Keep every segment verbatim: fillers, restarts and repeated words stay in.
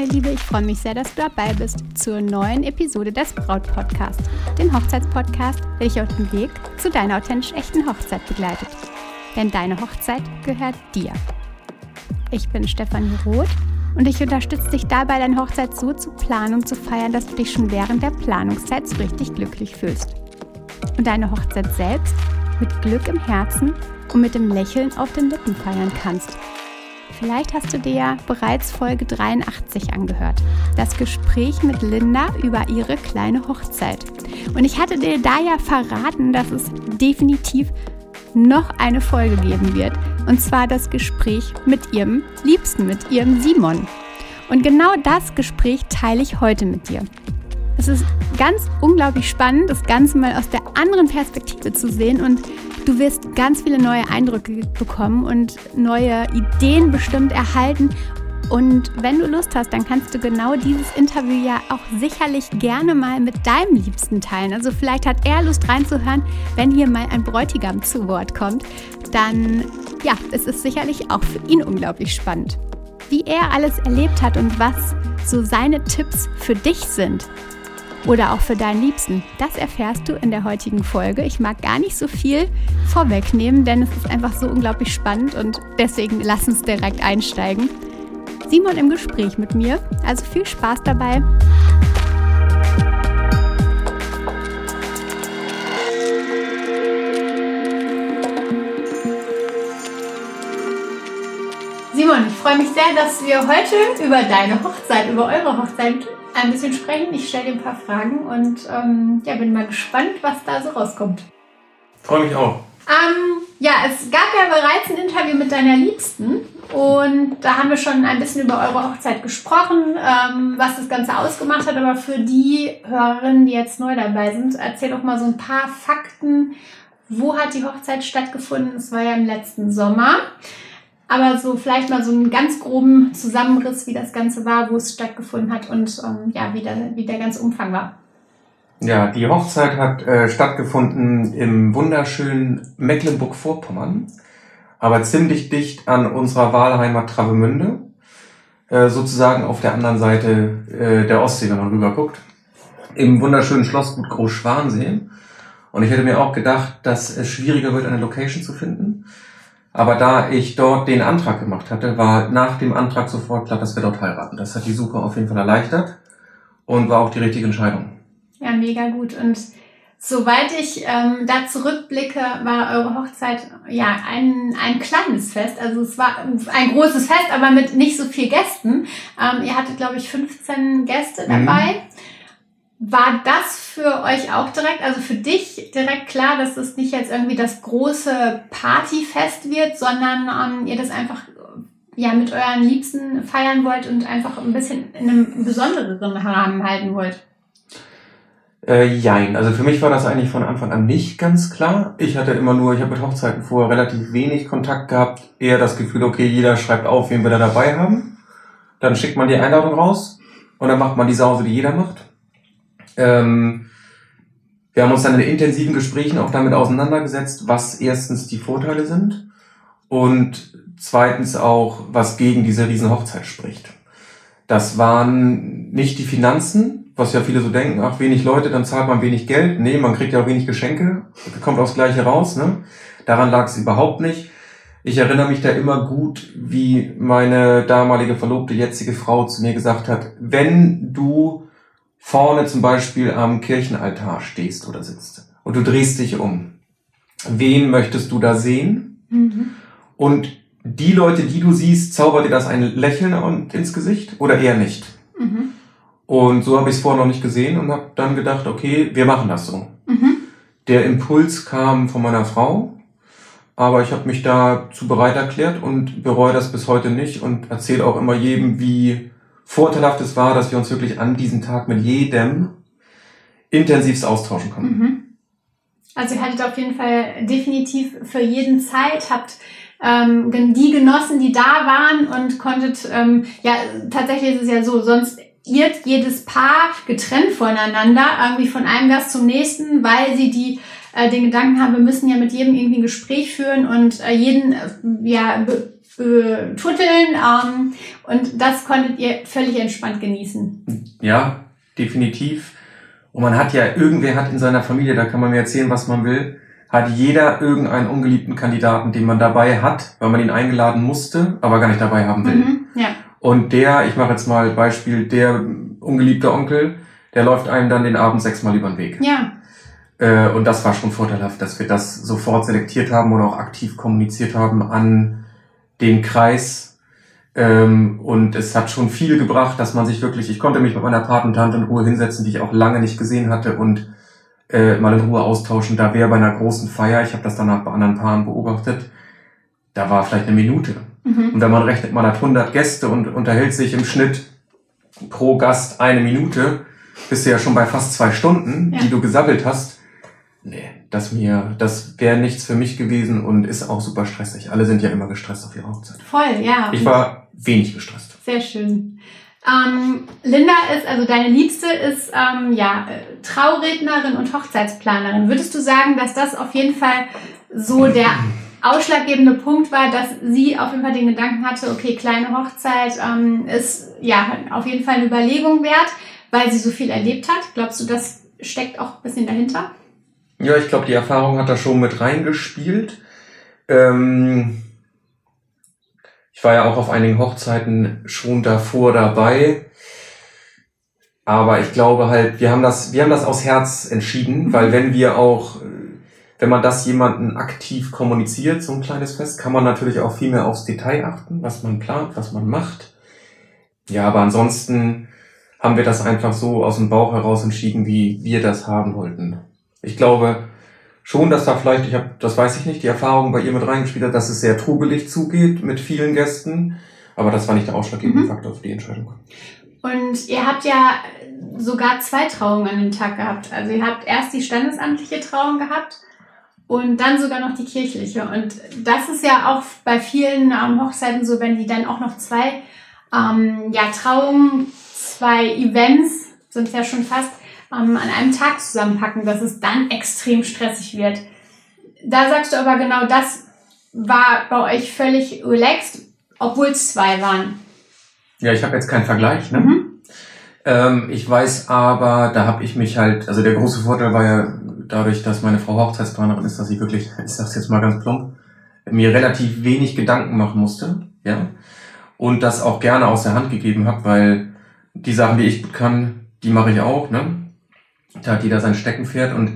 Liebe, ich freue mich sehr, dass du dabei bist zur neuen Episode des Braut-Podcasts, dem Hochzeitspodcast, der dich auf dem Weg zu deiner authentisch echten Hochzeit begleitet. Denn deine Hochzeit gehört dir. Ich bin Stefanie Roth und ich unterstütze dich dabei, deine Hochzeit so zu planen und zu feiern, dass du dich schon während der Planungszeit so richtig glücklich fühlst. Und deine Hochzeit selbst mit Glück im Herzen und mit dem Lächeln auf den Lippen feiern kannst. Vielleicht hast du dir ja bereits Folge dreiundachtzig angehört, das Gespräch mit Linda über ihre kleine Hochzeit. Und ich hatte dir da ja verraten, dass es definitiv noch eine Folge geben wird, und zwar das Gespräch mit ihrem Liebsten, mit ihrem Simon. Und genau das Gespräch teile ich heute mit dir. Es ist ganz unglaublich spannend, das Ganze mal aus der anderen Perspektive zu sehen, und du wirst ganz viele neue Eindrücke bekommen und neue Ideen bestimmt erhalten. Und wenn du Lust hast, dann kannst du genau dieses Interview ja auch sicherlich gerne mal mit deinem Liebsten teilen. Also vielleicht hat er Lust reinzuhören, wenn hier mal ein Bräutigam zu Wort kommt. Dann, ja, es ist sicherlich auch für ihn unglaublich spannend. Wie er alles erlebt hat und was so seine Tipps für dich sind. Oder auch für deinen Liebsten. Das erfährst du in der heutigen Folge. Ich mag gar nicht so viel vorwegnehmen, denn es ist einfach so unglaublich spannend und deswegen lass uns direkt einsteigen. Simon im Gespräch mit mir, also viel Spaß dabei. Simon, ich freue mich sehr, dass wir heute über deine Hochzeit, über eure Hochzeit ein bisschen sprechen. Ich stelle dir ein paar Fragen und ähm, ja, bin mal gespannt, was da so rauskommt. Freue mich auch. Ähm, ja, es gab ja bereits ein Interview mit deiner Liebsten und da haben wir schon ein bisschen über eure Hochzeit gesprochen, ähm, was das Ganze ausgemacht hat. Aber für die Hörerinnen, die jetzt neu dabei sind, erzähl doch mal so ein paar Fakten. Wo hat die Hochzeit stattgefunden? Es war ja im letzten Sommer. Aber so vielleicht mal so einen ganz groben Zusammenriss, wie das Ganze war, wo es stattgefunden hat und ähm, ja, wie der, wie der ganze Umfang war. Ja, die Hochzeit hat äh, stattgefunden im wunderschönen Mecklenburg-Vorpommern, aber ziemlich dicht an unserer Wahlheimat Travemünde, äh, sozusagen auf der anderen Seite äh, der Ostsee, wenn man rüber guckt, im wunderschönen Schlossgut Großschwansee. Und ich hätte mir auch gedacht, dass es schwieriger wird, eine Location zu finden. Aber da ich dort den Antrag gemacht hatte, war nach dem Antrag sofort klar, dass wir dort heiraten. Das hat die Suche auf jeden Fall erleichtert und war auch die richtige Entscheidung. Ja, mega gut. Und soweit ich ähm, da zurückblicke, war eure Hochzeit ja ein, ein kleines Fest. Also es war ein großes Fest, aber mit nicht so viel Gästen. Ähm, ihr hattet, glaube ich, fünfzehn Gäste dabei. Mhm. War das für euch auch direkt, also für dich direkt klar, dass es nicht jetzt irgendwie das große Partyfest wird, sondern ähm, ihr das einfach ja mit euren Liebsten feiern wollt und einfach ein bisschen in einem besondereren Rahmen halten wollt? Äh, jein. Also für mich war das eigentlich von Anfang an nicht ganz klar. Ich hatte immer nur, ich habe mit Hochzeiten vorher relativ wenig Kontakt gehabt, eher das Gefühl, okay, jeder schreibt auf, wen wir da dabei haben. Dann schickt man die Einladung raus und dann macht man die Sause, die jeder macht. Ähm, wir haben uns dann in intensiven Gesprächen auch damit auseinandergesetzt, was erstens die Vorteile sind und zweitens auch, was gegen diese riesen Hochzeit spricht. Das waren nicht die Finanzen, was ja viele so denken, ach, wenig Leute, dann zahlt man wenig Geld. Nee, man kriegt ja auch wenig Geschenke, kommt aufs Gleiche raus, ne? Daran lag es überhaupt nicht. Ich erinnere mich da immer gut, wie meine damalige Verlobte, jetzige Frau zu mir gesagt hat, wenn du vorne zum Beispiel am Kirchenaltar stehst oder sitzt und du drehst dich um, wen möchtest du da sehen? Mhm. Und die Leute, die du siehst, zaubert dir das ein Lächeln ins Gesicht oder eher nicht? Mhm. Und so habe ich es vorher noch nicht gesehen und habe dann gedacht, okay, wir machen das so. Mhm. Der Impuls kam von meiner Frau, aber ich habe mich dazu bereit erklärt und bereue das bis heute nicht und erzähle auch immer jedem, wie vorteilhaft es war, dass wir uns wirklich an diesem Tag mit jedem intensivst austauschen konnten. Mhm. Also ihr hattet auf jeden Fall definitiv für jeden Zeit, habt ähm, die genossen, die da waren und konntet, ähm, ja tatsächlich ist es ja so, sonst irrt jedes Paar getrennt voneinander, irgendwie von einem Gast zum nächsten, weil sie die äh, den Gedanken haben, wir müssen ja mit jedem irgendwie ein Gespräch führen und äh, jeden äh, ja be- äh, tutteln ähm, und das konntet ihr völlig entspannt genießen. Ja, definitiv. Und man hat ja, irgendwer hat in seiner Familie, da kann man mir erzählen, was man will, hat jeder irgendeinen ungeliebten Kandidaten, den man dabei hat, weil man ihn eingeladen musste, aber gar nicht dabei haben will. Mhm, ja. Und der, ich mache jetzt mal Beispiel, der ungeliebte Onkel, der läuft einem dann den Abend sechsmal über den Weg. Ja. Äh, und das war schon vorteilhaft, dass wir das sofort selektiert haben und auch aktiv kommuniziert haben an den Kreis. Ähm, und es hat schon viel gebracht, dass man sich wirklich, ich konnte mich mit meiner Patentante in Ruhe hinsetzen, die ich auch lange nicht gesehen hatte und äh, mal in Ruhe austauschen. Da wäre bei einer großen Feier, ich habe das danach bei anderen Paaren beobachtet, da war vielleicht eine Minute. Mhm. Und wenn man rechnet, man hat hundert Gäste und unterhält sich im Schnitt pro Gast eine Minute, bist du ja schon bei fast zwei Stunden, ja, die du gesammelt hast. Nee, das mir, das wäre nichts für mich gewesen und ist auch super stressig. Alle sind ja immer gestresst auf ihre Hochzeit. Voll, ja. Ich war wenig gestresst. Sehr schön. Ähm, Linda ist, also deine Liebste ist, ähm, ja, Traurednerin und Hochzeitsplanerin. Würdest du sagen, dass das auf jeden Fall so der ausschlaggebende Punkt war, dass sie auf jeden Fall den Gedanken hatte, okay, kleine Hochzeit ähm, ist ja auf jeden Fall eine Überlegung wert, weil sie so viel erlebt hat? Glaubst du, das steckt auch ein bisschen dahinter? Ja, ich glaube, die Erfahrung hat da schon mit reingespielt. Ähm, ich war ja auch auf einigen Hochzeiten schon davor dabei. Aber ich glaube halt, wir haben das, wir haben das aus Herz entschieden, weil wenn wir auch, wenn man das jemanden aktiv kommuniziert, so ein kleines Fest, kann man natürlich auch viel mehr aufs Detail achten, was man plant, was man macht. Ja, aber ansonsten haben wir das einfach so aus dem Bauch heraus entschieden, wie wir das haben wollten. Ich glaube schon, dass da vielleicht, ich habe, das weiß ich nicht, die Erfahrung bei ihr mit reingespielt hat, dass es sehr trubelig zugeht mit vielen Gästen. Aber das war nicht der ausschlaggebende mhm. Faktor für die Entscheidung. Und ihr habt ja sogar zwei Trauungen an dem Tag gehabt. Also ihr habt erst die standesamtliche Trauung gehabt und dann sogar noch die kirchliche. Und das ist ja auch bei vielen ähm, Hochzeiten so, wenn die dann auch noch zwei ähm, ja, Trauungen, zwei Events, sind es ja schon fast, ähm, an einem Tag zusammenpacken, dass es dann extrem stressig wird. Da sagst du aber genau, das war bei euch völlig relaxed, obwohl es zwei waren. Ja, ich habe jetzt keinen Vergleich, ne? Mhm. Ähm, ich weiß aber, da habe ich mich halt, also der große Vorteil war ja dadurch, dass meine Frau Hochzeitsplanerin ist, dass ich wirklich, ich sag's jetzt mal ganz plump, mir relativ wenig Gedanken machen musste, ja, und das auch gerne aus der Hand gegeben habe, weil die Sachen, die ich gut kann, die mache ich auch, ne? Da hat jeder sein Steckenpferd und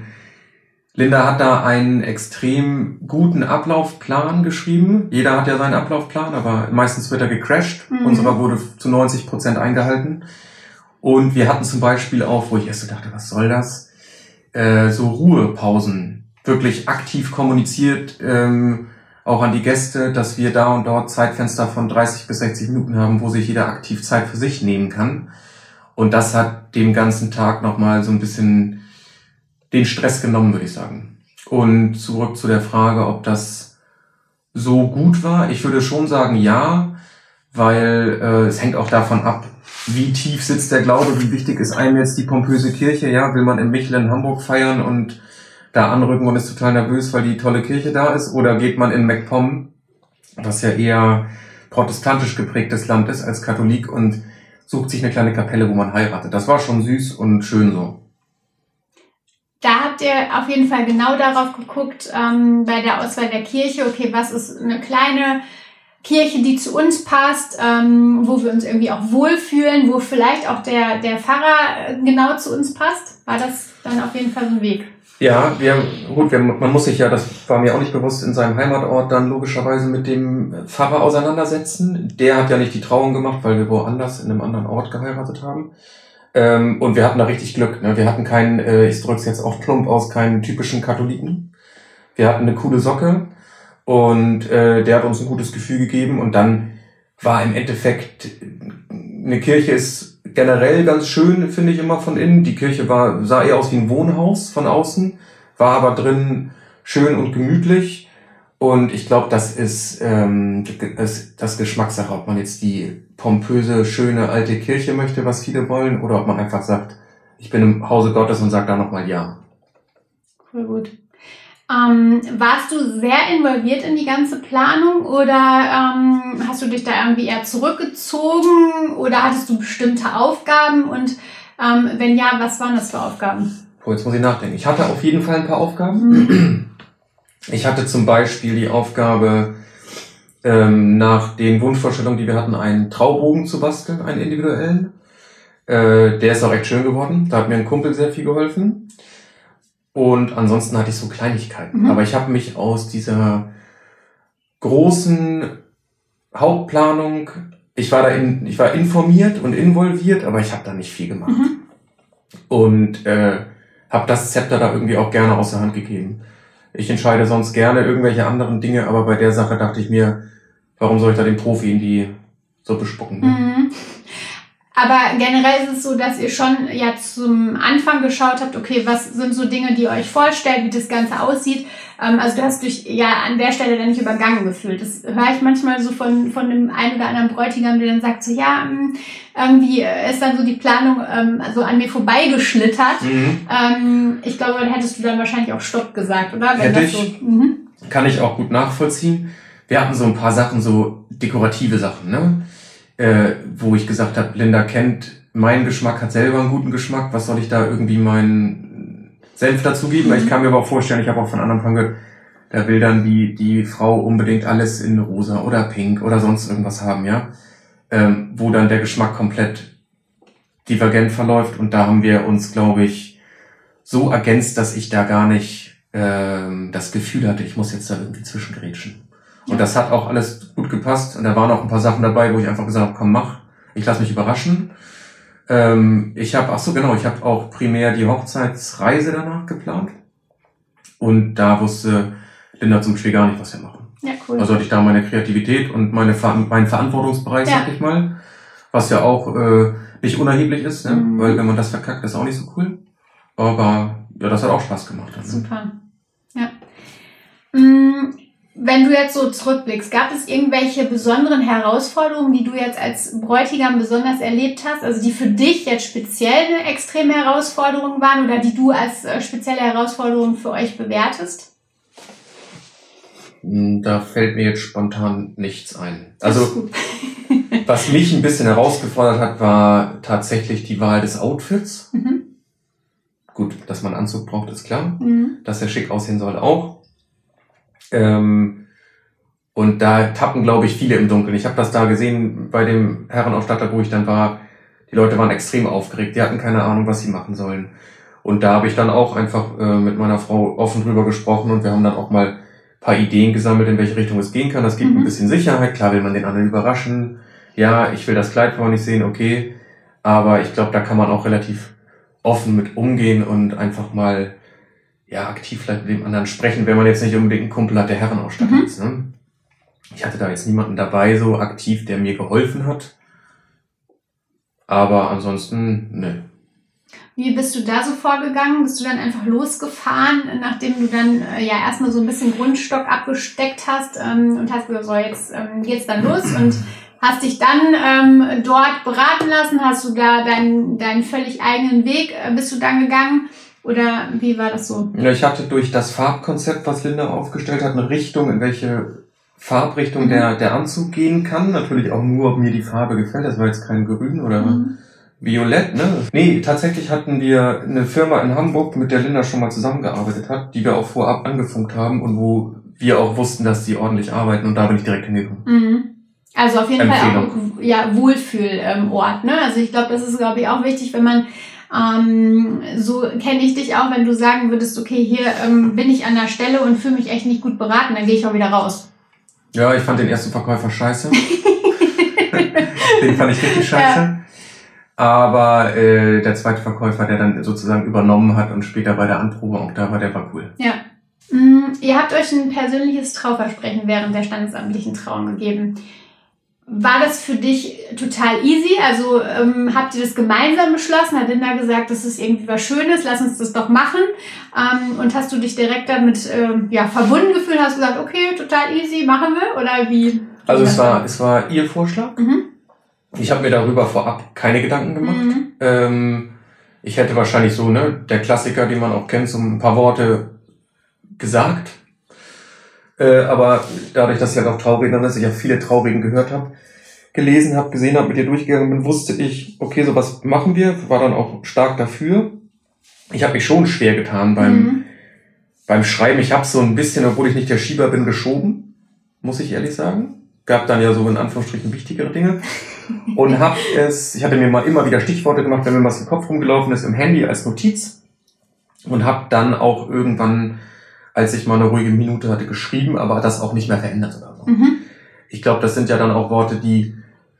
Linda hat da einen extrem guten Ablaufplan geschrieben. Jeder hat ja seinen Ablaufplan, aber meistens wird er gecrashed. Mhm. Unserer wurde zu neunzig Prozent eingehalten. Und wir hatten zum Beispiel auch, wo ich erst so dachte, was soll das? Äh, so Ruhepausen. Wirklich aktiv kommuniziert, ähm, auch an die Gäste, dass wir da und dort Zeitfenster von dreißig bis sechzig Minuten haben, wo sich jeder aktiv Zeit für sich nehmen kann. Und das hat dem ganzen Tag nochmal so ein bisschen den Stress genommen, würde ich sagen. Und zurück zu der Frage, ob das so gut war. Ich würde schon sagen, ja, weil äh, es hängt auch davon ab, wie tief sitzt der Glaube, wie wichtig ist einem jetzt die pompöse Kirche. Ja, will man in Micheln in Hamburg feiern und da anrücken und ist total nervös, weil die tolle Kirche da ist? Oder geht man in MacPom, was ja eher protestantisch geprägtes Land ist als Katholik, und sucht sich eine kleine Kapelle, wo man heiratet. Das war schon süß und schön so. Da habt ihr auf jeden Fall genau darauf geguckt, ähm, bei der Auswahl der Kirche, okay, was ist eine kleine Kirche, die zu uns passt, ähm, wo wir uns irgendwie auch wohlfühlen, wo vielleicht auch der, der Pfarrer genau zu uns passt? War das dann auf jeden Fall so ein Weg? Ja, wir, gut, wir, man muss sich ja, das war mir auch nicht bewusst, in seinem Heimatort dann logischerweise mit dem Pfarrer auseinandersetzen. Der hat ja nicht die Trauung gemacht, weil wir woanders in einem anderen Ort geheiratet haben. Ähm, und wir hatten da richtig Glück. Ne? Wir hatten keinen, äh, ich drück's jetzt auch plump aus, keinen typischen Katholiken. Wir hatten eine coole Socke und äh, der hat uns ein gutes Gefühl gegeben. Und dann war im Endeffekt, eine Kirche ist generell ganz schön, finde ich immer von innen. Die Kirche war sah eher aus wie ein Wohnhaus von außen, war aber drin schön und gemütlich. Und ich glaube, das ist ähm, das, das Geschmackssache, ob man jetzt die pompöse, schöne, alte Kirche möchte, was viele wollen, oder ob man einfach sagt, ich bin im Hause Gottes und sage da nochmal ja. Cool, gut. Ähm, warst du sehr involviert in die ganze Planung oder ähm, hast du dich da irgendwie eher zurückgezogen oder hattest du bestimmte Aufgaben und ähm, wenn ja, was waren das für Aufgaben? Oh, jetzt muss ich nachdenken. Ich hatte auf jeden Fall ein paar Aufgaben. Mhm. Ich hatte zum Beispiel die Aufgabe, ähm, nach den Wunschvorstellungen, die wir hatten, einen Traubogen zu basteln, einen individuellen. Äh, der ist auch echt schön geworden. Da hat mir ein Kumpel sehr viel geholfen. Und ansonsten hatte ich so Kleinigkeiten. Mhm. Aber ich habe mich aus dieser großen Hauptplanung, ich war da in, ich war informiert und involviert, aber ich habe da nicht viel gemacht. Mhm. Und äh, habe das Zepter da irgendwie auch gerne aus der Hand gegeben. Ich entscheide sonst gerne irgendwelche anderen Dinge, aber bei der Sache dachte ich mir, warum soll ich da den Profi in die Suppe spucken? Ne? Mhm. Aber generell ist es so, dass ihr schon ja zum Anfang geschaut habt, okay, was sind so Dinge, die ihr euch vorstellt, wie das Ganze aussieht. Ähm, also du hast dich ja an der Stelle dann nicht übergangen gefühlt. Das höre ich manchmal so von von dem einen oder anderen Bräutigam, der dann sagt so, ja, irgendwie ist dann so die Planung ähm, so an mir vorbeigeschlittert. Mhm. Ähm, ich glaube, dann hättest du dann wahrscheinlich auch Stopp gesagt, oder? Wenn Hätte das ich, so, mhm. Kann ich auch gut nachvollziehen. Wir hatten so ein paar Sachen, so dekorative Sachen, ne? Äh, wo ich gesagt habe, Linda kennt meinen Geschmack, hat selber einen guten Geschmack, was soll ich da irgendwie meinen Senf dazugeben? Mhm. Ich kann mir aber auch vorstellen, ich habe auch von anderen von gehört, da will dann die die Frau unbedingt alles in rosa oder pink oder sonst irgendwas haben, ja, ähm, wo dann der Geschmack komplett divergent verläuft und da haben wir uns, glaube ich, so ergänzt, dass ich da gar nicht ähm, das Gefühl hatte, ich muss jetzt da irgendwie zwischengrätschen. Und das hat auch alles gut gepasst. Und da waren auch ein paar Sachen dabei, wo ich einfach gesagt habe, komm, mach. Ich lasse mich überraschen. Ähm, ich habe, ach so genau, ich habe auch primär die Hochzeitsreise danach geplant. Und da wusste Linda zum Beispiel gar nicht, was wir machen. Ja, cool. Also hatte ich da meine Kreativität und meine meinen Verantwortungsbereich, ja. Sag ich mal. Was ja auch äh, nicht unerheblich ist, ne? Mhm. Weil wenn man das verkackt, ist auch nicht so cool. Aber ja, das hat auch Spaß gemacht. Dann, ne? Super. Ja. Mhm. Wenn du jetzt so zurückblickst, gab es irgendwelche besonderen Herausforderungen, die du jetzt als Bräutigam besonders erlebt hast, also die für dich jetzt speziell eine extreme Herausforderung waren oder die du als äh, spezielle Herausforderung für euch bewertest? Da fällt mir jetzt spontan nichts ein. Also, was mich ein bisschen herausgefordert hat, war tatsächlich die Wahl des Outfits. Mhm. Gut, dass man einen Anzug braucht, ist klar. Mhm. Dass er schick aussehen soll auch. Ähm, und da tappen, glaube ich, viele im Dunkeln. Ich habe das da gesehen bei dem Herrenausstatter, wo ich dann war. Die Leute waren extrem aufgeregt. Die hatten keine Ahnung, was sie machen sollen. Und da habe ich dann auch einfach äh, mit meiner Frau offen drüber gesprochen und wir haben dann auch mal ein paar Ideen gesammelt, in welche Richtung es gehen kann. Das gibt mhm. ein bisschen Sicherheit. Klar will man den anderen überraschen. Ja, ich will das Kleid vorher nicht sehen, okay. Aber ich glaube, da kann man auch relativ offen mit umgehen und einfach mal ja, aktiv vielleicht mit dem anderen sprechen, wenn man jetzt nicht unbedingt einen Kumpel hat, der Herrenausstatter mhm. ist. Ne? Ich hatte da jetzt niemanden dabei, so aktiv, der mir geholfen hat. Aber ansonsten, ne. Wie bist du da so vorgegangen? Bist du dann einfach losgefahren, nachdem du dann äh, ja erstmal so ein bisschen Grundstock abgesteckt hast ähm, und hast gesagt, so jetzt ähm, geht's dann los und hast dich dann ähm, dort beraten lassen? Hast du da deinen, deinen völlig eigenen Weg, äh, bist du dann gegangen? Oder wie war das so? Ja, ich hatte durch das Farbkonzept, was Linda aufgestellt hat, eine Richtung, in welche Farbrichtung mhm. der, der Anzug gehen kann. Natürlich auch nur, ob mir die Farbe gefällt. Das war jetzt kein Grün oder mhm. Violett, ne? Nee, tatsächlich hatten wir eine Firma in Hamburg, mit der Linda schon mal zusammengearbeitet hat, die wir auch vorab angefunkt haben und wo wir auch wussten, dass die ordentlich arbeiten und da bin ich direkt hingekommen. Mhm. Also auf jeden Empfehlung. Fall auch ja, Wohlfühlort, ne? Also ich glaube, das ist, glaube ich, auch wichtig, wenn man Ähm, so kenne ich dich auch, wenn du sagen würdest, okay, hier ähm, bin ich an der Stelle und fühle mich echt nicht gut beraten, dann gehe ich auch wieder raus. Ja, ich fand den ersten Verkäufer scheiße. Den fand ich richtig scheiße. Ja. Aber äh, der zweite Verkäufer, der dann sozusagen übernommen hat und später bei der Anprobe auch da war, der war cool. Ja. Mhm. Ihr habt euch ein persönliches Trauversprechen während der standesamtlichen Trauung gegeben. War das für dich total easy? Also ähm, habt ihr das gemeinsam beschlossen? Hat Linda gesagt, das ist irgendwie was Schönes, lass uns das doch machen? Ähm, und hast du dich direkt damit ähm, ja, verbunden gefühlt? Hast du gesagt, okay, total easy, machen wir? Oder wie? Also es war, es war ihr Vorschlag. Mhm. Ich habe mir darüber vorab keine Gedanken gemacht. Mhm. Ähm, ich hätte wahrscheinlich so, ne, der Klassiker, den man auch kennt, so ein paar Worte gesagt. Äh, aber dadurch, dass ich halt auch Traureden, dass ich auch viele Traurigen gehört habe, gelesen habe, gesehen habe, mit dir durchgegangen bin, wusste ich, okay, sowas machen wir, war dann auch stark dafür. Ich habe mich schon schwer getan beim, mhm. beim Schreiben. Ich habe so ein bisschen, obwohl ich nicht der Schieber bin, geschoben, muss ich ehrlich sagen. Gab dann ja so in Anführungsstrichen wichtigere Dinge. Und habe es, ich hatte mir mal immer wieder Stichworte gemacht, wenn mir was im Kopf rumgelaufen ist, im Handy als Notiz. Und habe dann auch irgendwann, als ich mal eine ruhige Minute hatte, geschrieben, aber das auch nicht mehr verändert oder so. Mhm. Ich glaube, das sind ja dann auch Worte, die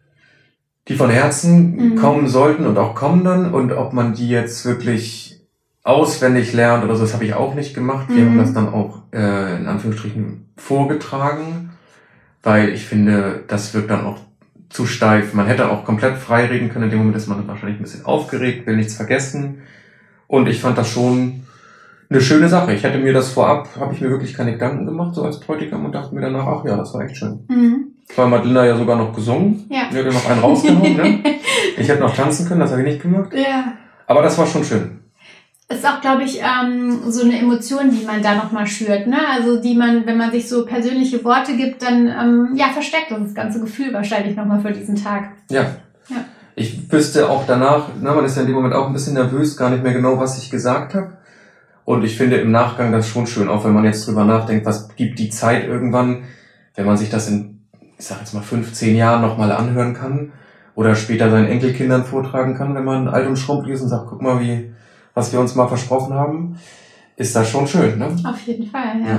die von Herzen mhm. kommen sollten und auch kommen dann. Und ob man die jetzt wirklich auswendig lernt oder so, das habe ich auch nicht gemacht. Wir mhm. haben das dann auch äh, in Anführungsstrichen vorgetragen, weil ich finde, das wirkt dann auch zu steif. Man hätte auch komplett frei reden können. In dem Moment ist man wahrscheinlich ein bisschen aufgeregt, will nichts vergessen. Und ich fand das schon eine schöne Sache. Ich hätte mir das vorab, habe ich mir wirklich keine Gedanken gemacht, so als Bräutigam, und dachte mir danach, ach ja, das war echt schön. Mhm. Vor allem hat Linda ja sogar noch gesungen. Ja. Die hat ja noch einen rausgehauen, ne? Ich hätte noch tanzen können, das habe ich nicht gemacht. Ja. Aber das war schon schön. Ist auch, glaube ich, ähm, so eine Emotion, die man da nochmal schürt, ne? Also die man, wenn man sich so persönliche Worte gibt, dann ähm, ja versteckt das ganze Gefühl wahrscheinlich nochmal für diesen Tag. Ja. Ja. Ich wüsste auch danach, na, man ist ja in dem Moment auch ein bisschen nervös, gar nicht mehr genau, was ich gesagt habe. Und ich finde im Nachgang das schon schön, auch wenn man jetzt drüber nachdenkt, was gibt die Zeit irgendwann, wenn man sich das in, ich sag jetzt mal, fünfzehn Jahren nochmal anhören kann oder später seinen Enkelkindern vortragen kann, wenn man alt und schrumpelig ist und sagt, guck mal, wie, was wir uns mal versprochen haben, ist das schon schön, ne? Auf jeden Fall, ja. ja.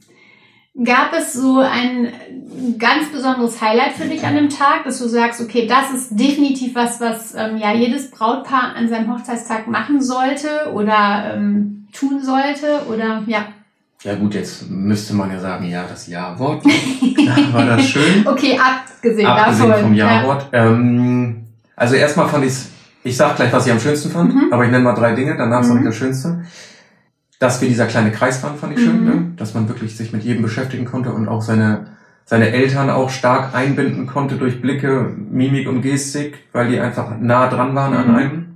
Gab es so ein ganz besonderes Highlight für dich an dem Tag, dass du sagst, okay, das ist definitiv was, was ähm, ja jedes Brautpaar an seinem Hochzeitstag machen sollte oder ähm, tun sollte oder ja? Ja gut, jetzt müsste man ja sagen, ja, das Ja-Wort. Klar, war das schön. Okay, abgesehen, abgesehen davon. vom Ja-Wort. Ja. Ähm, also erstmal fand ich es, ich sag gleich, was ich am schönsten fand, mhm. aber ich nenne mal drei Dinge, danach mhm. sage ich das Schönste. Dass wir dieser kleine Kreis waren, fand ich schön, mhm. ne? Dass man wirklich sich mit jedem beschäftigen konnte und auch seine seine Eltern auch stark einbinden konnte durch Blicke, Mimik und Gestik, weil die einfach nah dran waren mhm. an einem.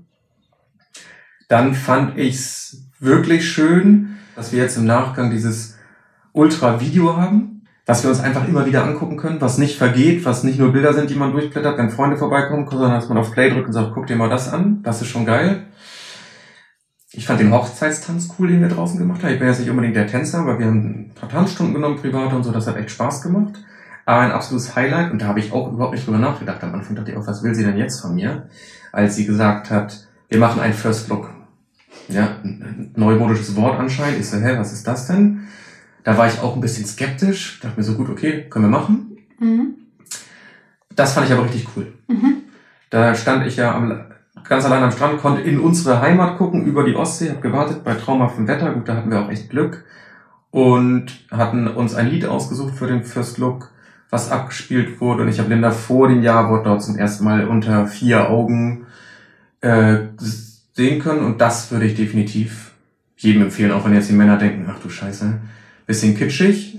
Dann fand ich's wirklich schön, dass wir jetzt im Nachgang dieses Ultra-Video haben, dass wir uns einfach immer wieder angucken können, was nicht vergeht, was nicht nur Bilder sind, die man durchblättert, wenn Freunde vorbeikommen, sondern dass man auf Play drückt und sagt, guck dir mal das an, das ist schon geil. Ich fand den Hochzeitstanz cool, den wir draußen gemacht haben. Ich bin jetzt nicht unbedingt der Tänzer, aber wir haben ein paar Tanzstunden genommen, privat und so, das hat echt Spaß gemacht. Aber ein absolutes Highlight, und da habe ich auch überhaupt nicht drüber nachgedacht. Am Anfang dachte ich auch, was will sie denn jetzt von mir? Als sie gesagt hat, wir machen einen First Look. Ja, ein neumodisches Wort anscheinend. Ich so, hä, was ist das denn? Da war ich auch ein bisschen skeptisch. Dachte mir so, gut, okay, können wir machen. Mhm. Das fand ich aber richtig cool. Mhm. Da stand ich ja am, ganz allein am Strand, konnte in unsere Heimat gucken, über die Ostsee, habe gewartet bei traumhaftem Wetter. Gut, da hatten wir auch echt Glück. Und hatten uns ein Lied ausgesucht für den First Look, was abgespielt wurde. Und ich habe Linda vor dem Ja-Wort dort zum ersten Mal unter vier Augen äh, sehen können. Und das würde ich definitiv jedem empfehlen, auch wenn jetzt die Männer denken, ach du Scheiße, bisschen kitschig.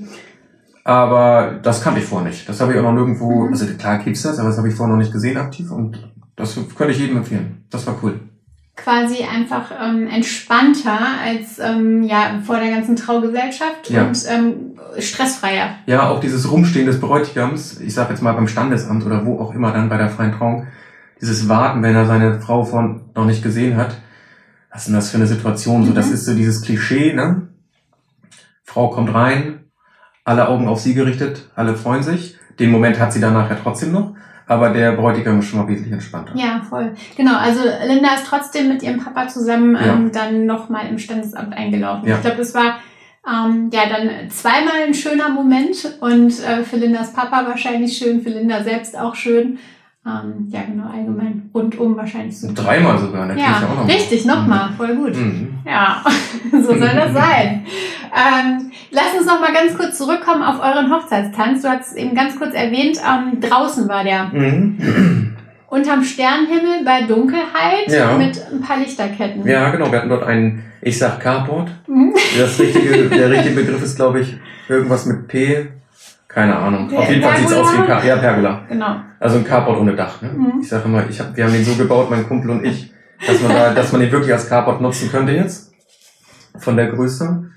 Aber das kannte ich vorher nicht. Das habe ich auch noch nirgendwo, also klar gibt's das, aber das habe ich vorher noch nicht gesehen aktiv. Und das könnte ich jedem empfehlen. Das war cool. Quasi einfach ähm, entspannter als ähm, ja vor der ganzen Traugesellschaft ja. und ähm, stressfreier. Ja, auch dieses Rumstehen des Bräutigams, ich sag jetzt mal beim Standesamt oder wo auch immer dann bei der freien Trauung, dieses Warten, wenn er seine Frau von noch nicht gesehen hat, was ist denn das für eine Situation? So, mhm. das ist so dieses Klischee, ne? Frau kommt rein, alle Augen auf sie gerichtet, alle freuen sich. Den Moment hat sie danach ja trotzdem noch. Aber der Bräutigam ist schon mal wesentlich entspannter. Ja, voll. Genau, also Linda ist trotzdem mit ihrem Papa zusammen ja. ähm, dann nochmal im Standesamt eingelaufen. Ja. Ich glaube, das war ähm, ja dann zweimal ein schöner Moment und äh, für Lindas Papa wahrscheinlich schön, für Linda selbst auch schön. Ähm, ja, genau, allgemein rundum wahrscheinlich so. Dreimal sogar, ne? Ja, auch noch richtig, nochmal, mhm. voll gut. Mhm. Ja, so soll das sein. Ähm, lass uns noch mal ganz kurz zurückkommen auf euren Hochzeitstanz. Du hast es eben ganz kurz erwähnt, ähm, draußen war der. Mhm. Unterm Sternenhimmel bei Dunkelheit ja. mit ein paar Lichterketten. Ja, genau, wir hatten dort einen, ich sag Carport. Mhm. Das richtige, der richtige Begriff ist, glaube ich, irgendwas mit P. Keine Ahnung. Der Auf jeden Fall sieht's aus wie ein Carport. Ja, Pergola. Genau. Also ein Carport ohne Dach. Ne? Mhm. Ich sage immer, ich hab, wir haben den so gebaut, mein Kumpel und ich, dass man da, dass man den wirklich als Carport nutzen könnte jetzt. Von der Größe.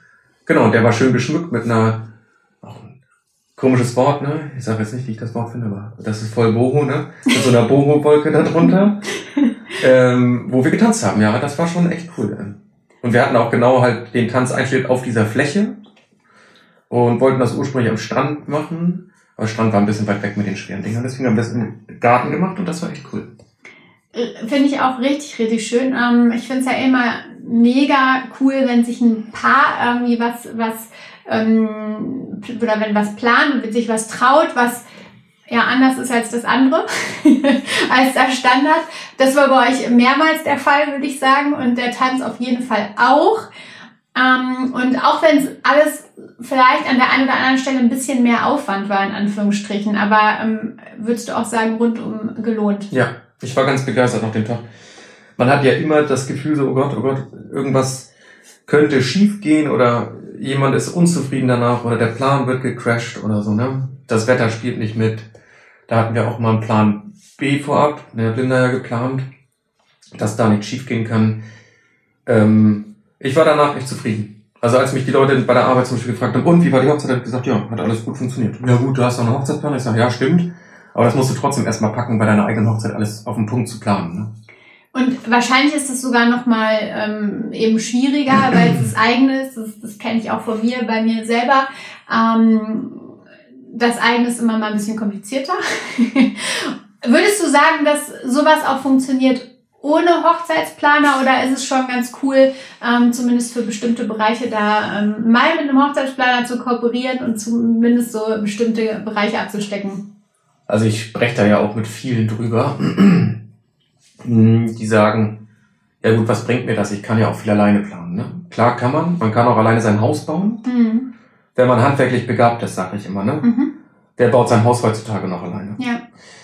Genau, und der war schön geschmückt mit einer, auch ein komisches Wort, ne? Ich sage jetzt nicht, wie ich das Wort finde, aber das ist voll Boho, ne? Mit so einer Boho-Wolke da drunter, ähm, wo wir getanzt haben, ja, das war schon echt cool. Und wir hatten auch genau halt den Tanzeinschnitt auf dieser Fläche und wollten das ursprünglich am Strand machen, aber der Strand war ein bisschen weit weg mit den schweren Dingern, deswegen haben wir das im Garten gemacht und das war echt cool. Finde ich auch richtig, richtig schön. Ähm, ich finde es ja immer mega cool, wenn sich ein Paar irgendwie was, was ähm, oder wenn was plant und sich was traut, was ja anders ist als das andere, als der Standard. Das war bei euch mehrmals der Fall, würde ich sagen, und der Tanz auf jeden Fall auch. Ähm, und auch wenn es alles vielleicht an der einen oder anderen Stelle ein bisschen mehr Aufwand war, in Anführungsstrichen, aber ähm, würdest du auch sagen, rundum gelohnt? Ja. Ich war ganz begeistert nach dem Tag. Man hat ja immer das Gefühl so, oh Gott, oh Gott, irgendwas könnte schief gehen oder jemand ist unzufrieden danach oder der Plan wird gecrashed oder so, ne? Das Wetter spielt nicht mit. Da hatten wir auch mal einen Plan B vorab, der hat Linda ja geplant, dass da nichts schief gehen kann. Ähm, ich war danach echt zufrieden. Also als mich die Leute bei der Arbeit zum Beispiel gefragt haben, und wie war die Hochzeit, habe ich gesagt, ja, hat alles gut funktioniert. Ja gut, du hast noch einen Hochzeitsplan? Ich sage, ja, stimmt. Aber das musst du trotzdem erstmal packen, bei deiner eigenen Hochzeit alles auf den Punkt zu planen. Ne? Und wahrscheinlich ist es sogar nochmal ähm, eben schwieriger, weil es das eigene ist. Das, das kenne ich auch von mir, bei mir selber. Ähm, das eigene ist immer mal ein bisschen komplizierter. Würdest du sagen, dass sowas auch funktioniert ohne Hochzeitsplaner oder ist es schon ganz cool, ähm, zumindest für bestimmte Bereiche da ähm, mal mit einem Hochzeitsplaner zu kooperieren und zumindest so bestimmte Bereiche abzustecken? Also ich spreche da ja auch mit vielen drüber, die sagen, ja gut, was bringt mir das? Ich kann ja auch viel alleine planen. Ne? Klar kann man, man kann auch alleine sein Haus bauen, mhm. wenn man handwerklich begabt ist, sage ich immer. Ne? Mhm. Wer baut sein Haus heutzutage noch alleine? Ja.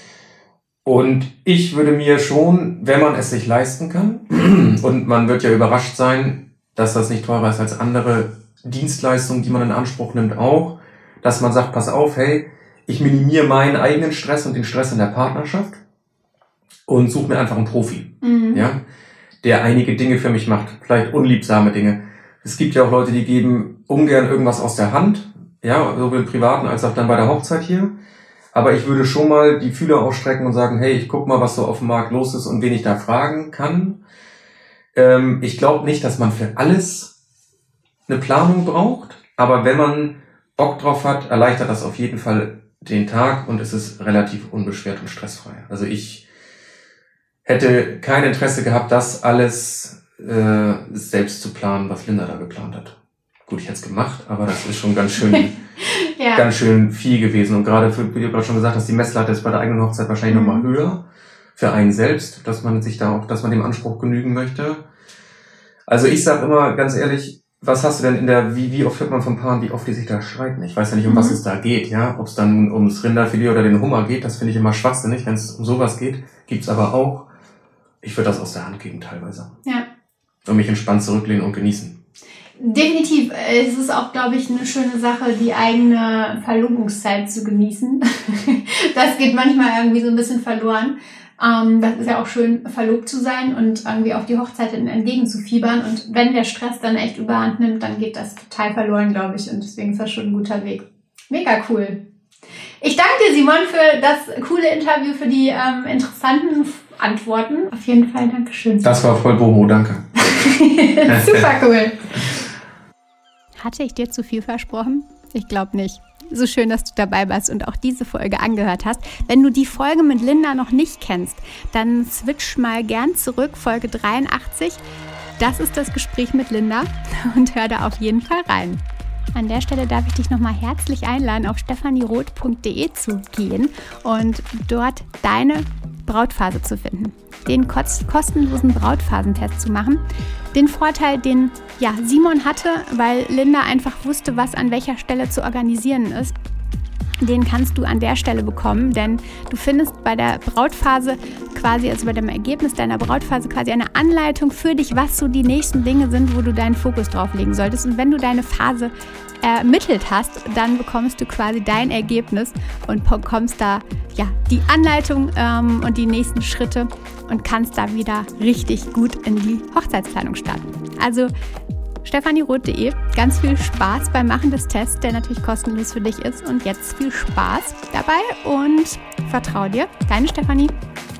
Und ich würde mir schon, wenn man es sich leisten kann, und man wird ja überrascht sein, dass das nicht teurer ist als andere Dienstleistungen, die man in Anspruch nimmt auch, dass man sagt, pass auf, hey, ich minimiere meinen eigenen Stress und den Stress in der Partnerschaft und suche mir einfach einen Profi, mhm. ja, der einige Dinge für mich macht, vielleicht unliebsame Dinge. Es gibt ja auch Leute, die geben ungern irgendwas aus der Hand, ja, sowohl im Privaten als auch dann bei der Hochzeit hier. Aber ich würde schon mal die Fühler ausstrecken und sagen, hey, ich guck mal, was so auf dem Markt los ist und wen ich da fragen kann. Ähm, ich glaube nicht, dass man für alles eine Planung braucht, aber wenn man Bock drauf hat, erleichtert das auf jeden Fall den Tag und es ist relativ unbeschwert und stressfrei. Also ich hätte kein Interesse gehabt, das alles äh, selbst zu planen, was Linda da geplant hat. Gut, ich hätte es gemacht, aber das ist schon ganz schön, ja. ganz schön viel gewesen. Und gerade, für, wie du gerade schon gesagt hast, die Messlatte ist bei der eigenen Hochzeit wahrscheinlich mhm. nochmal höher für einen selbst, dass man sich da auch, dass man dem Anspruch genügen möchte. Also ich sage immer ganz ehrlich, was hast du denn in der, wie, wie oft hört man von Paaren, wie oft die sich da streiten? Ich weiß ja nicht, um mhm. was es da geht, ja. Ob es dann ums Rinderfilet oder den Hummer geht, das finde ich immer schwachsinnig. Wenn es um sowas geht, gibt's aber auch. Ich würde das aus der Hand geben teilweise. Ja. Und mich entspannt zurücklehnen und genießen. Definitiv. Es ist auch, glaube ich, eine schöne Sache, die eigene Verlobungszeit zu genießen. Das geht manchmal irgendwie so ein bisschen verloren. Ähm, das ist ja auch schön, verlobt zu sein und irgendwie auf die Hochzeit entgegenzufiebern. Und wenn der Stress dann echt überhand nimmt, dann geht das total verloren, glaube ich. Und deswegen ist das schon ein guter Weg. Mega cool. Ich danke dir, Simon, für das coole Interview, für die ähm, interessanten Antworten. Auf jeden Fall Dankeschön. Das war voll Boho, danke. Super cool. Hatte ich dir zu viel versprochen? Ich glaube nicht. So schön, dass du dabei warst und auch diese Folge angehört hast. Wenn du die Folge mit Linda noch nicht kennst, dann switch mal gern zurück, Folge dreiundachtzig. Das ist das Gespräch mit Linda und hör da auf jeden Fall rein. An der Stelle darf ich dich nochmal herzlich einladen, auf stephanieroth punkt de zu gehen und dort deine Brautphase zu finden. Den kostenlosen Brautphasentest zu machen. Den Vorteil, den ja, Simon hatte, weil Linda einfach wusste, was an welcher Stelle zu organisieren ist, den kannst du an der Stelle bekommen, denn du findest bei der Brautphase quasi, also bei dem Ergebnis deiner Brautphase quasi eine Anleitung für dich, was so die nächsten Dinge sind, wo du deinen Fokus drauf legen solltest. Und wenn du deine Phase ermittelt hast, dann bekommst du quasi dein Ergebnis und bekommst da ja die Anleitung ähm, und die nächsten Schritte und kannst da wieder richtig gut in die Hochzeitsplanung starten. Also stephanieroth punkt de. Ganz viel Spaß beim Machen des Tests, der natürlich kostenlos für dich ist. Und jetzt viel Spaß dabei und vertrau dir. Deine Stefanie.